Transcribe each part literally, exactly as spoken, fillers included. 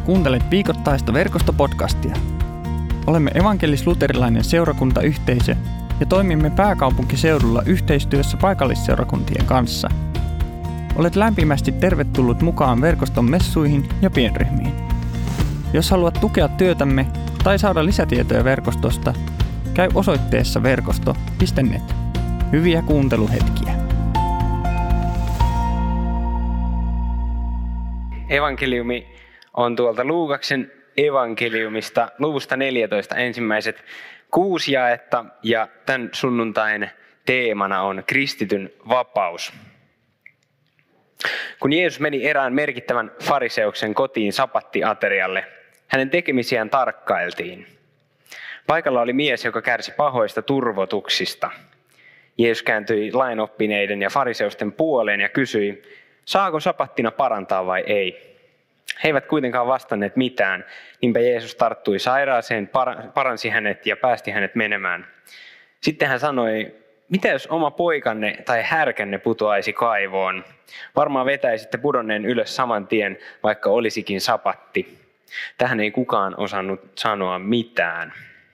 Kuuntelet viikoittaista verkostopodcastia. Olemme evankelis-luterilainen seurakuntayhteisö ja toimimme pääkaupunkiseudulla yhteistyössä paikallisseurakuntien kanssa. Olet lämpimästi tervetullut mukaan verkoston messuihin ja pienryhmiin. Jos haluat tukea työtämme tai saada lisätietoja verkostosta, käy osoitteessa verkosto piste net. Hyviä kuunteluhetkiä. Evankeliumi on tuolta Luukaksen evankeliumista, luvusta neljätoista ensimmäiset kuusi jaetta, ja tämän sunnuntain teemana on kristityn vapaus. Kun Jeesus meni erään merkittävän fariseuksen kotiin sapattiaterialle, hänen tekemisiään tarkkailtiin. Paikalla oli mies, joka kärsi pahoista turvotuksista. Jeesus kääntyi lainoppineiden ja fariseusten puoleen ja kysyi, saako sapattina parantaa vai ei? He eivät kuitenkaan vastanneet mitään, niinpä Jeesus tarttui sairaaseen, paransi hänet ja päästi hänet menemään. Sitten hän sanoi, mitä jos oma poikanne tai härkänne putoaisi kaivoon? Varmaan vetäisitte pudonneen ylös saman tien, vaikka olisikin sapatti. Tähän ei kukaan osannut sanoa mitään.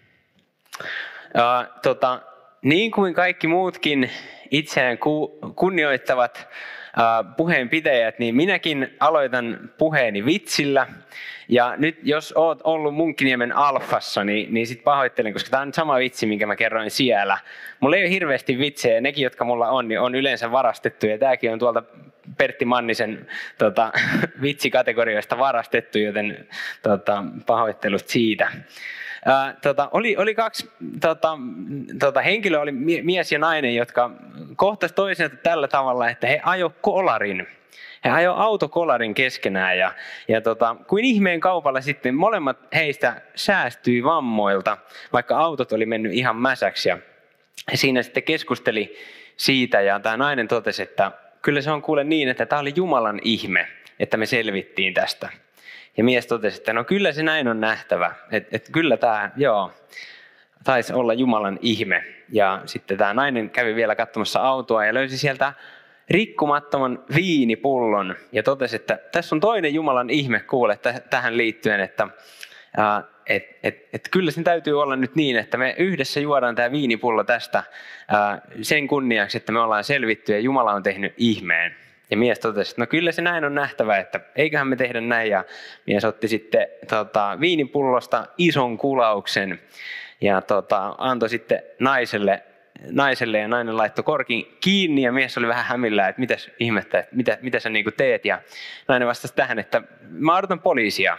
Uh, tota, niin kuin kaikki muutkin itseään ku, kunnioittavat uh, puheenpitäjät, niin minäkin aloitan puheeni vitsillä. Ja nyt jos oot ollut Munkkiniemen Alfassa, niin, niin sit pahoittelen, koska tämä on nyt sama vitsi, minkä mä kerroin siellä. Mulla ei ole hirveästi vitsejä, nekin jotka mulla on, niin on yleensä varastettu. Ja tämäkin on tuolta Pertti Mannisen tota, vitsikategorioista varastettu, joten tota, pahoittelut siitä. Ää, tota, oli, oli kaksi tota, tota, henkilöä, oli mies ja nainen, jotka kohtasivat toisensa tällä tavalla, että he ajo kolarin. He ajoi autokolarin keskenään ja, ja tota, kuin ihmeen kaupalla sitten molemmat heistä säästyi vammoilta, vaikka autot oli mennyt ihan mäsäksi. Ja he siinä sitten keskusteli siitä ja tämä nainen totesi, että kyllä se on kuule niin, että tämä oli Jumalan ihme, että me selvittiin tästä. Ja mies totesi, että no kyllä se näin on nähtävä, että, että kyllä tämä, joo, taisi olla Jumalan ihme. Ja sitten tämä nainen kävi vielä katsomassa autoa ja löysi sieltä rikkumattoman viinipullon ja totesi, että tässä on toinen Jumalan ihme kuule t- tähän liittyen, että ää, et, et, et kyllä sen täytyy olla nyt niin, että me yhdessä juodaan tämä viinipullo tästä ää, sen kunniaksi, että me ollaan selvitty ja Jumala on tehnyt ihmeen. Ja mies totesi, että no kyllä se näin on nähtävä, että eiköhän me tehdä näin. Ja mies otti sitten tota, viinipullosta ison kulauksen ja tota, antoi sitten naiselle, naiselle ja nainen laittoi korkin kiinni ja mies oli vähän hämillään, että mitäs ihmettä, että mitä, mitä sä niinku teet. Ja nainen vastasi tähän, että mä odotan poliisia.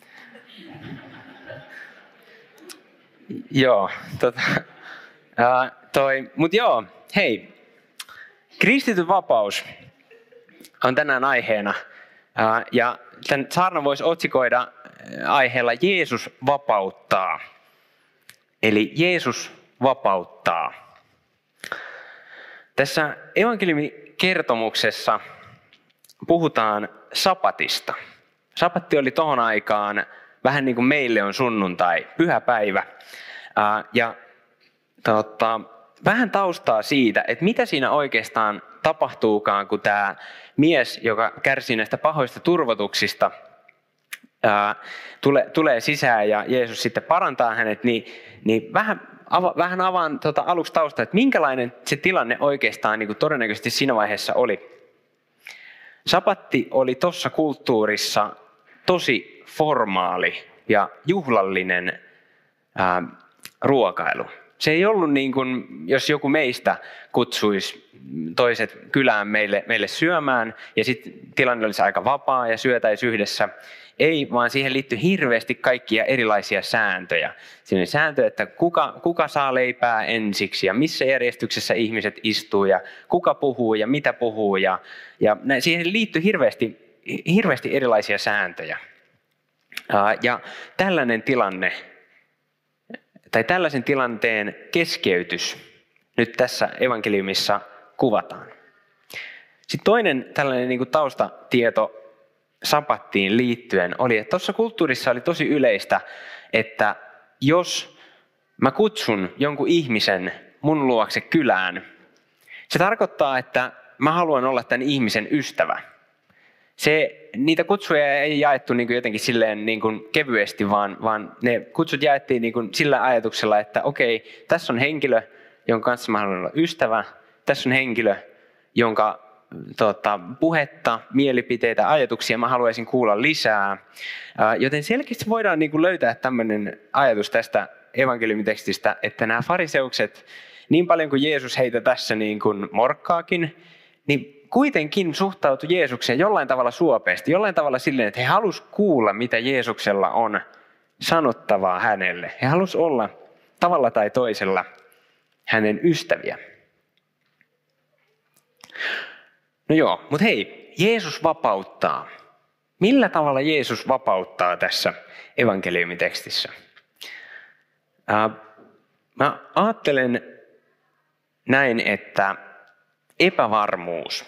joo, tota, ää, toi, mut joo, hei, kristityn vapaus on tänään aiheena. Ja tämän saarnan voisi otsikoida aiheella Jeesus vapauttaa. Eli Jeesus vapauttaa. Tässä evankeliumikertomuksessa puhutaan sapatista. Sapatti oli tohon aikaan vähän niin kuin meille on sunnuntai, pyhä päivä. Ja tota, vähän taustaa siitä, että mitä siinä oikeastaan tapahtuukaan, kun tämä mies, joka kärsii näistä pahoista turvotuksista, ää, tule, tulee sisään ja Jeesus sitten parantaa hänet, niin, niin vähän, ava, vähän avaan tota aluksi taustaa, että minkälainen se tilanne oikeastaan niin kuin todennäköisesti siinä vaiheessa oli. Sapatti oli tuossa kulttuurissa tosi formaali ja juhlallinen ää, ruokailu. Se ei ollut niin kuin, jos joku meistä kutsuisi toiset kylään meille, meille syömään ja sitten tilanne olisi aika vapaa ja syötäisiin yhdessä. Ei, vaan siihen liittyy hirveästi kaikkia erilaisia sääntöjä. Siinä on sääntö, että kuka, kuka saa leipää ensiksi ja missä järjestyksessä ihmiset istuu ja kuka puhuu ja mitä puhuu. Ja, ja siihen liittyy hirveästi, hirveästi erilaisia sääntöjä. Ja tällainen tilanne, tai tällaisen tilanteen keskeytys nyt tässä evankeliumissa kuvataan. Sitten toinen tällainen niin kuin taustatieto sapattiin liittyen oli, että tuossa kulttuurissa oli tosi yleistä, että jos mä kutsun jonkun ihmisen mun luokse kylään, se tarkoittaa, että mä haluan olla tämän ihmisen ystävä. se, niitä kutsuja ei jaettu niin kuin jotenkin silleen niin kuin kevyesti, vaan, vaan ne kutsut jaettiin niin kuin sillä ajatuksella, että okei, tässä on henkilö, jonka kanssa mä haluan olla ystävä. Tässä on henkilö, jonka tota, puhetta, mielipiteitä, ajatuksia mä haluaisin kuulla lisää. Joten selkeästi voidaan niin kuin löytää tämmöinen ajatus tästä evankeliumitekstistä, että nämä fariseukset, niin paljon kuin Jeesus heitä tässä niin kuin morkkaakin, niin kuitenkin suhtautui Jeesukseen jollain tavalla suopeasti, jollain tavalla silleen, että he halusivat kuulla, mitä Jeesuksella on sanottavaa hänelle. He halusivat olla tavalla tai toisella hänen ystäviä. No joo, mutta hei, Jeesus vapauttaa. Millä tavalla Jeesus vapauttaa tässä evankeliumitekstissä? Äh, mä ajattelen näin, että epävarmuus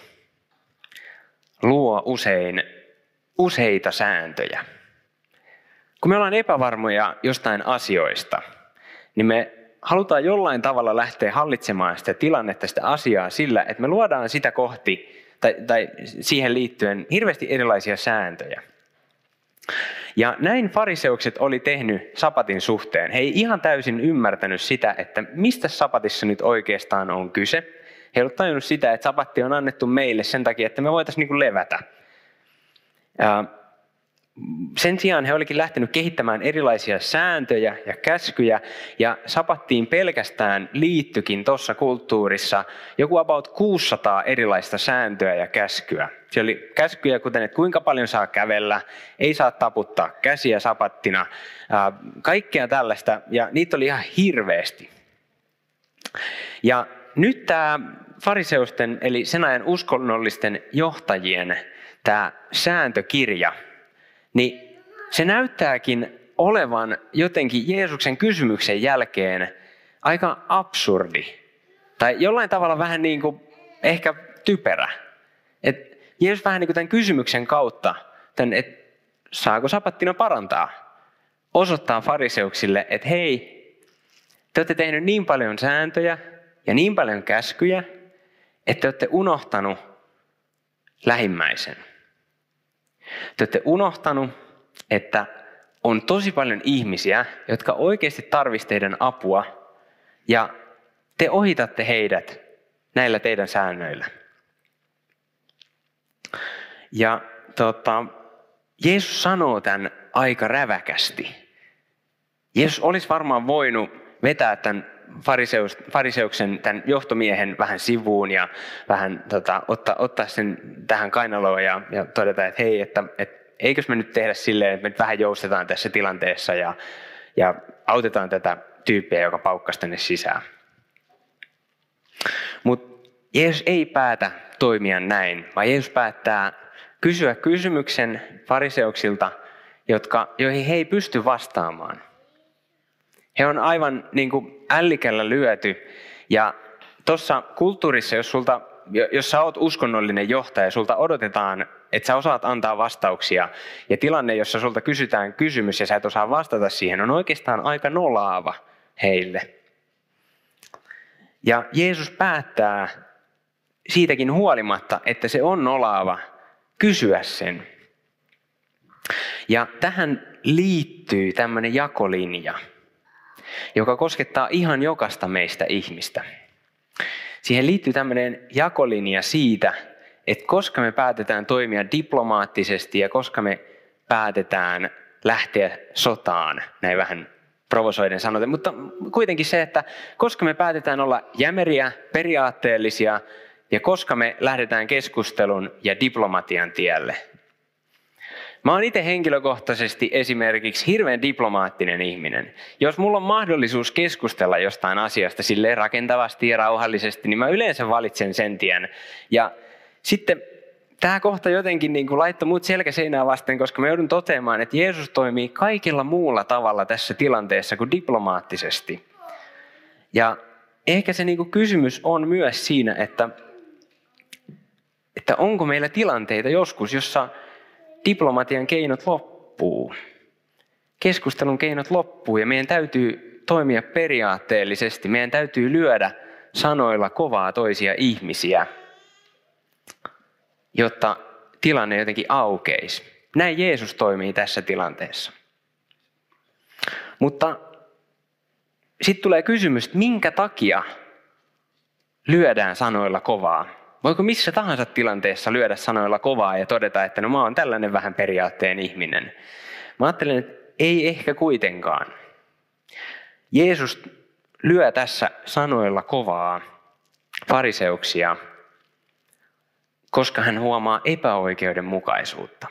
luo usein useita sääntöjä. Kun me ollaan epävarmoja jostain asioista, niin me halutaan jollain tavalla lähteä hallitsemaan sitä tilannetta, sitä asiaa sillä, että me luodaan sitä kohti tai, tai siihen liittyen hirveästi erilaisia sääntöjä. Ja näin fariseukset oli tehnyt sapatin suhteen. He ei ihan täysin ymmärtänyt sitä, että mistä sapatissa nyt oikeastaan on kyse. He ei ollut tajunnut sitä, että sapatti on annettu meille sen takia, että me voitaisiin niin kuin levätä. Ja sen sijaan he olikin lähtenyt kehittämään erilaisia sääntöjä ja käskyjä, ja sapattiin pelkästään liittyikin tuossa kulttuurissa joku about kuusisataa erilaista sääntöä ja käskyä. Se oli käskyjä kuten, että kuinka paljon saa kävellä, ei saa taputtaa käsiä sapattina, kaikkea tällaista, ja niitä oli ihan hirveästi. Ja nyt tämä fariseusten, eli sen ajan uskonnollisten johtajien tämä sääntökirja, niin se näyttääkin olevan jotenkin Jeesuksen kysymyksen jälkeen aika absurdi. Tai jollain tavalla vähän niin kuin ehkä typerä. Et Jeesus vähän niin kuin tämän kysymyksen kautta, tämän, että saako sapattina parantaa, osoittaa fariseuksille, että hei, te olette tehneet niin paljon sääntöjä ja niin paljon käskyjä, että te olette unohtanut lähimmäisen. Te olette unohtanut, että on tosi paljon ihmisiä, jotka oikeasti tarvitsevat teidän apua, ja te ohitatte heidät näillä teidän säännöillä. Ja tota, Jeesus sanoo tämän aika räväkästi. Jeesus olisi varmaan voinut vetää tämän fariseus, fariseuksen, tämän johtomiehen vähän sivuun ja vähän tota, ottaa, ottaa sen tähän kainaloon ja, ja todeta, että hei, että, että eikös me nyt tehdä silleen, että me nyt vähän joustetaan tässä tilanteessa ja, ja autetaan tätä tyyppiä, joka paukkasi tänne sisään. Mutta Jeesus ei päätä toimia näin, vaan Jeesus päättää kysyä kysymyksen fariseuksilta, jotka, joihin he ei pysty vastaamaan. He on aivan niin kuin ällikällä lyöty. Ja tuossa kulttuurissa, jos, sulta, jos sä oot uskonnollinen johtaja, sulta odotetaan, että sä osaat antaa vastauksia. Ja tilanne, jossa sulta kysytään kysymys ja sä et osaa vastata siihen, on oikeastaan aika nolaava heille. Ja Jeesus päättää siitäkin huolimatta, että se on nolaava, kysyä sen. Ja tähän liittyy tämmöinen jakolinja, joka koskettaa ihan jokaista meistä ihmistä. Siihen liittyy tämmöinen jakolinja siitä, että koska me päätetään toimia diplomaattisesti ja koska me päätetään lähteä sotaan, näin vähän provosoiden sanoten, mutta kuitenkin se, että koska me päätetään olla jämeriä, periaatteellisia ja koska me lähdetään keskustelun ja diplomatian tielle. Mä oon itse henkilökohtaisesti esimerkiksi hirveän diplomaattinen ihminen. Jos mulla on mahdollisuus keskustella jostain asiasta silleen rakentavasti ja rauhallisesti, niin mä yleensä valitsen sen tien. Ja sitten tämä kohta jotenkin niin kuin laittoi mut selkäseinää vasten, koska mä joudun toteamaan, että Jeesus toimii kaikilla muulla tavalla tässä tilanteessa kuin diplomaattisesti. Ja ehkä se niin kuin kysymys on myös siinä, että, että onko meillä tilanteita joskus, jossa diplomatian keinot loppuu. Keskustelun keinot loppuu ja meidän täytyy toimia periaatteellisesti. Meidän täytyy lyödä sanoilla kovaa toisia ihmisiä, jotta tilanne jotenkin aukeisi. Näin Jeesus toimii tässä tilanteessa. Mutta sitten tulee kysymys, että minkä takia lyödään sanoilla kovaa? Voiko missä tahansa tilanteessa lyödä sanoilla kovaa ja todeta, että no mä oon tällainen vähän periaatteen ihminen? Mä ajattelen, että ei ehkä kuitenkaan. Jeesus lyö tässä sanoilla kovaa fariseuksia, koska hän huomaa epäoikeudenmukaisuutta.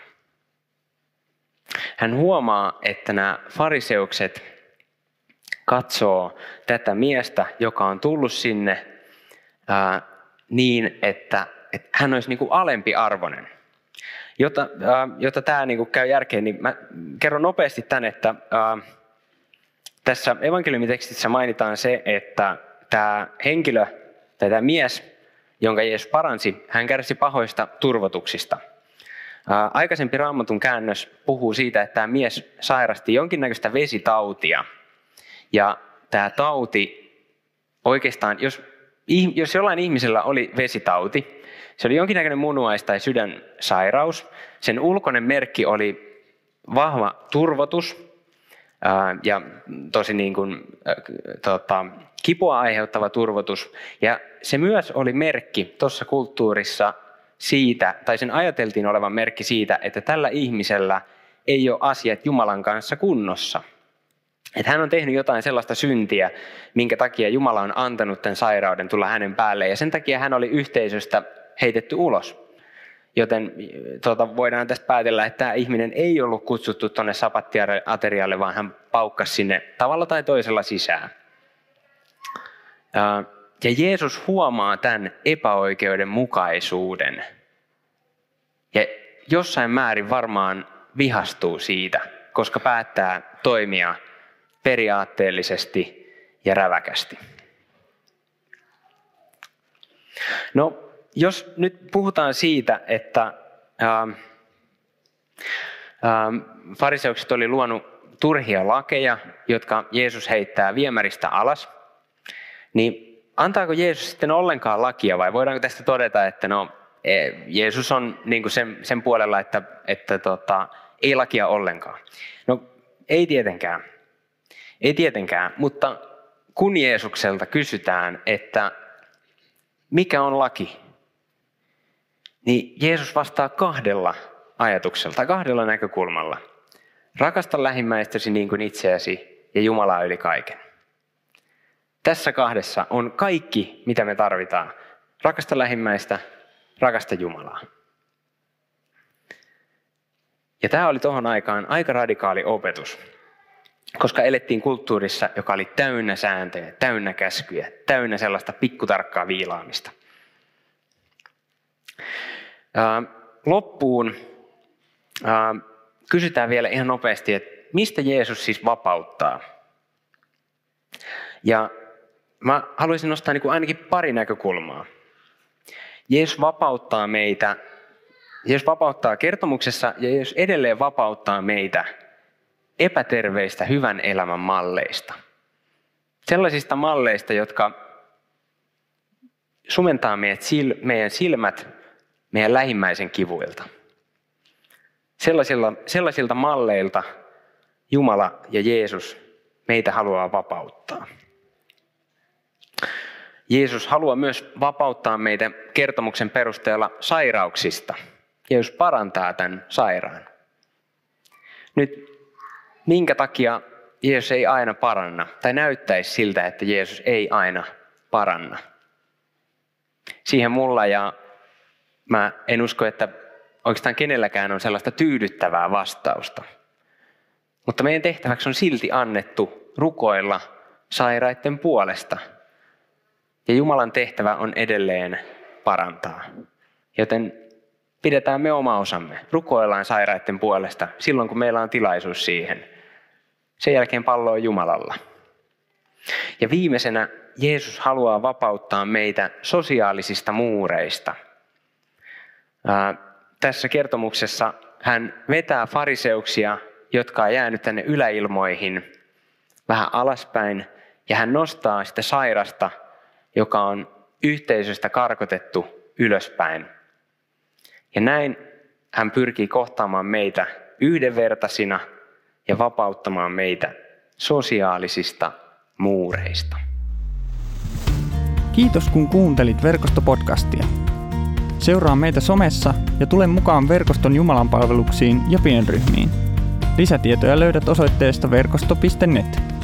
Hän huomaa, että nämä fariseukset katsoo tätä miestä, joka on tullut sinne ää, niin, että, että hän olisi niin kuin alempiarvoinen. Jotta, ää, jotta tämä niin kuin käy järkeen, niin mä kerron nopeasti tämän, että ää, tässä evankeliumitekstissä mainitaan se, että tämä henkilö tai tämä mies, jonka Jeesus paransi, hän kärsi pahoista turvotuksista. Ää, aikaisempi Raamatun käännös puhuu siitä, että tämä mies sairasti jonkinnäköistä vesitautia. Ja tämä tauti oikeastaan, jos, jos jollain ihmisellä oli vesitauti, se oli jonkinnäköinen munuais- tai sydänsairaus. Sen ulkoinen merkki oli vahva turvotus ää, ja tosi niin kuin, ä, tota, kipua aiheuttava turvotus. Ja se myös oli merkki tuossa kulttuurissa siitä, tai sen ajateltiin olevan merkki siitä, että tällä ihmisellä ei ole asiat Jumalan kanssa kunnossa. Että hän on tehnyt jotain sellaista syntiä, minkä takia Jumala on antanut tämän sairauden tulla hänen päälleen. Ja sen takia hän oli yhteisöstä heitetty ulos. Joten tuota, voidaan tästä päätellä, että tämä ihminen ei ollut kutsuttu tuonne sapattiaterialle, vaan hän paukkasi sinne tavalla tai toisella sisään. Ja Jeesus huomaa tämän epäoikeudenmukaisuuden. Ja jossain määrin varmaan vihastuu siitä, koska päättää toimia periaatteellisesti ja räväkästi. No, jos nyt puhutaan siitä, että ää, ää, fariseukset oli luonut turhia lakeja, jotka Jeesus heittää viemäristä alas, niin antaako Jeesus sitten ollenkaan lakia vai voidaanko tästä todeta, että no, Jeesus on niin kuin sen, sen puolella, että, että tota, ei lakia ollenkaan? No, ei tietenkään. Ei tietenkään, mutta kun Jeesukselta kysytään, että mikä on laki, niin Jeesus vastaa kahdella ajatuksella tai kahdella näkökulmalla. Rakasta lähimmäistäsi niin kuin itseäsi ja Jumalaa yli kaiken. Tässä kahdessa on kaikki, mitä me tarvitaan. Rakasta lähimmäistä, rakasta Jumalaa. Ja tämä oli tuohon aikaan aika radikaali opetus. Koska elettiin kulttuurissa, joka oli täynnä sääntöjä, täynnä käskyjä, täynnä sellaista pikkutarkkaa viilaamista. Ää, loppuun ää, kysytään vielä ihan nopeasti, että mistä Jeesus siis vapauttaa? Ja mä haluaisin nostaa niin kuin ainakin pari näkökulmaa. Jeesus vapauttaa meitä, Jeesus vapauttaa kertomuksessa ja Jeesus edelleen vapauttaa meitä epäterveistä hyvän elämän malleista. Sellaisista malleista, jotka sumentaa meidän silmät meidän lähimmäisen kivuilta. Sellaisilta, sellaisilta malleilta Jumala ja Jeesus meitä haluaa vapauttaa. Jeesus haluaa myös vapauttaa meitä kertomuksen perusteella sairauksista. Jeesus parantaa tämän sairaan. Nyt minkä takia Jeesus ei aina paranna, tai näyttäisi siltä, että Jeesus ei aina paranna? Siihen mulla ja mä en usko, että oikeastaan kenelläkään on sellaista tyydyttävää vastausta. Mutta meidän tehtäväksi on silti annettu rukoilla sairaiden puolesta. Ja Jumalan tehtävä on edelleen parantaa. Joten pidetään me oma osamme. Rukoillaan sairaiden puolesta silloin, kun meillä on tilaisuus siihen. Sen jälkeen pallo on Jumalalla. Ja viimeisenä Jeesus haluaa vapauttaa meitä sosiaalisista muureista. Ää, tässä kertomuksessa hän vetää fariseuksia, jotka on jäänyt tänne yläilmoihin vähän alaspäin. Ja hän nostaa sitä sairasta, joka on yhteisöstä karkotettu ylöspäin. Ja näin hän pyrkii kohtaamaan meitä yhdenvertaisina ja vapauttamaan meitä sosiaalisista muureista. Kiitos kun kuuntelit Verkosto-podcastia. Seuraa meitä somessa ja tule mukaan verkoston jumalanpalveluksiin ja pienryhmiin. Lisätietoja löydät osoitteesta verkosto piste net.